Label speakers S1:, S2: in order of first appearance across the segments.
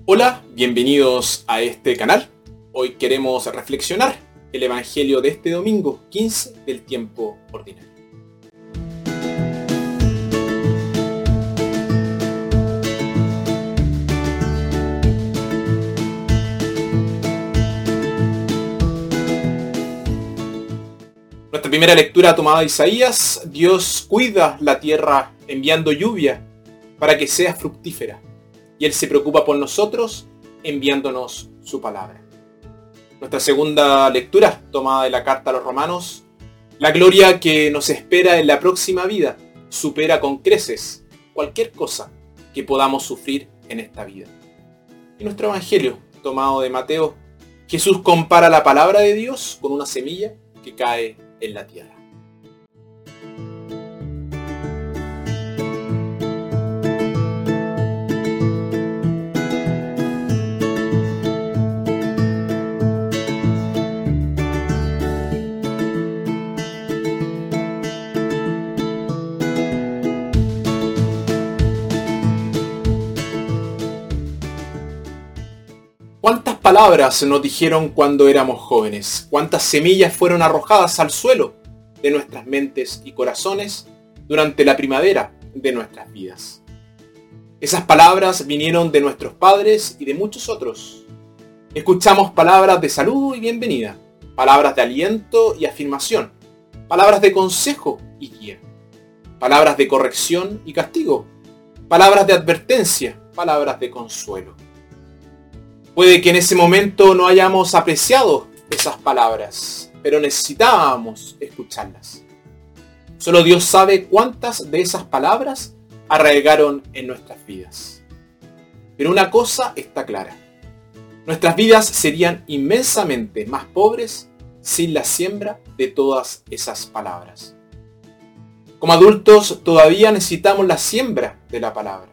S1: Hola, bienvenidos a este canal. Hoy queremos reflexionar el Evangelio de este domingo 15 del tiempo ordinario. Nuestra primera lectura tomada de Isaías: Dios cuida la tierra enviando lluvia para que sea fructífera. Y Él se preocupa por nosotros enviándonos su palabra. Nuestra segunda lectura, tomada de la carta a los Romanos: la gloria que nos espera en la próxima vida supera con creces cualquier cosa que podamos sufrir en esta vida. Y nuestro Evangelio, tomado de Mateo: Jesús compara la palabra de Dios con una semilla que cae en la tierra. ¿Cuántas palabras nos dijeron cuando éramos jóvenes? ¿Cuántas semillas fueron arrojadas al suelo de nuestras mentes y corazones durante la primavera de nuestras vidas? Esas palabras vinieron de nuestros padres y de muchos otros. Escuchamos palabras de saludo y bienvenida, palabras de aliento y afirmación, palabras de consejo y guía, palabras de corrección y castigo, palabras de advertencia, palabras de consuelo. Puede que en ese momento no hayamos apreciado esas palabras, pero necesitábamos escucharlas. Solo Dios sabe cuántas de esas palabras arraigaron en nuestras vidas. Pero una cosa está clara: nuestras vidas serían inmensamente más pobres sin la siembra de todas esas palabras. Como adultos todavía necesitamos la siembra de la palabra.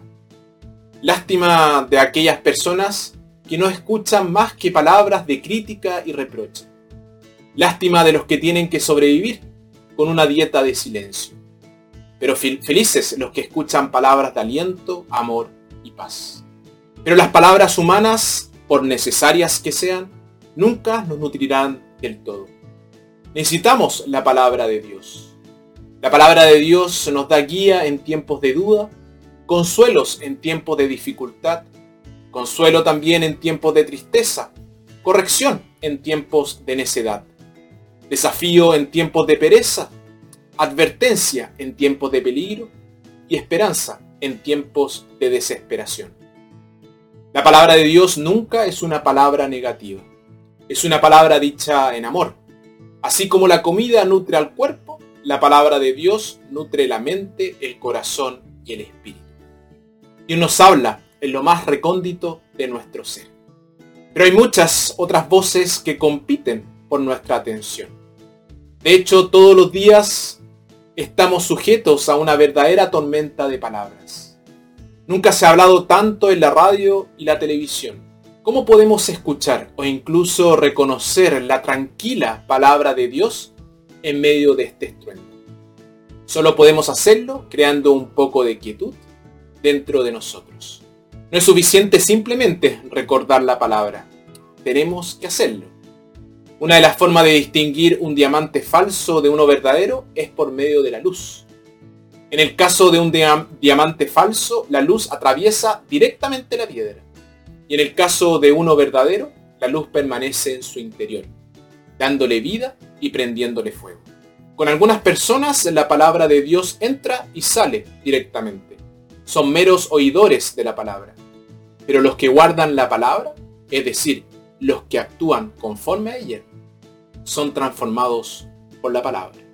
S1: Lástima de aquellas personas que no escuchan más que palabras de crítica y reproche. Lástima de los que tienen que sobrevivir con una dieta de silencio. Pero felices los que escuchan palabras de aliento, amor y paz. Pero las palabras humanas, por necesarias que sean, nunca nos nutrirán del todo. Necesitamos la palabra de Dios. La palabra de Dios nos da guía en tiempos de duda, consuelos en tiempos de dificultad, consuelo también en tiempos de tristeza, corrección en tiempos de necedad, desafío en tiempos de pereza, advertencia en tiempos de peligro y esperanza en tiempos de desesperación. La palabra de Dios nunca es una palabra negativa, es una palabra dicha en amor. Así como la comida nutre al cuerpo, la palabra de Dios nutre la mente, el corazón y el espíritu. Dios nos habla en lo más recóndito de nuestro ser. Pero hay muchas otras voces que compiten por nuestra atención. De hecho, todos los días estamos sujetos a una verdadera tormenta de palabras. Nunca se ha hablado tanto en la radio y la televisión. ¿Cómo podemos escuchar o incluso reconocer la tranquila palabra de Dios en medio de este estruendo? Solo podemos hacerlo creando un poco de quietud dentro de nosotros. No es suficiente simplemente recordar la palabra. Tenemos que hacerlo. Una de las formas de distinguir un diamante falso de uno verdadero es por medio de la luz. En el caso de un diamante falso, la luz atraviesa directamente la piedra. Y en el caso de uno verdadero, la luz permanece en su interior, dándole vida y prendiéndole fuego. Con algunas personas, la palabra de Dios entra y sale directamente. Son meros oidores de la palabra. Pero los que guardan la palabra, es decir, los que actúan conforme a ella, son transformados por la palabra.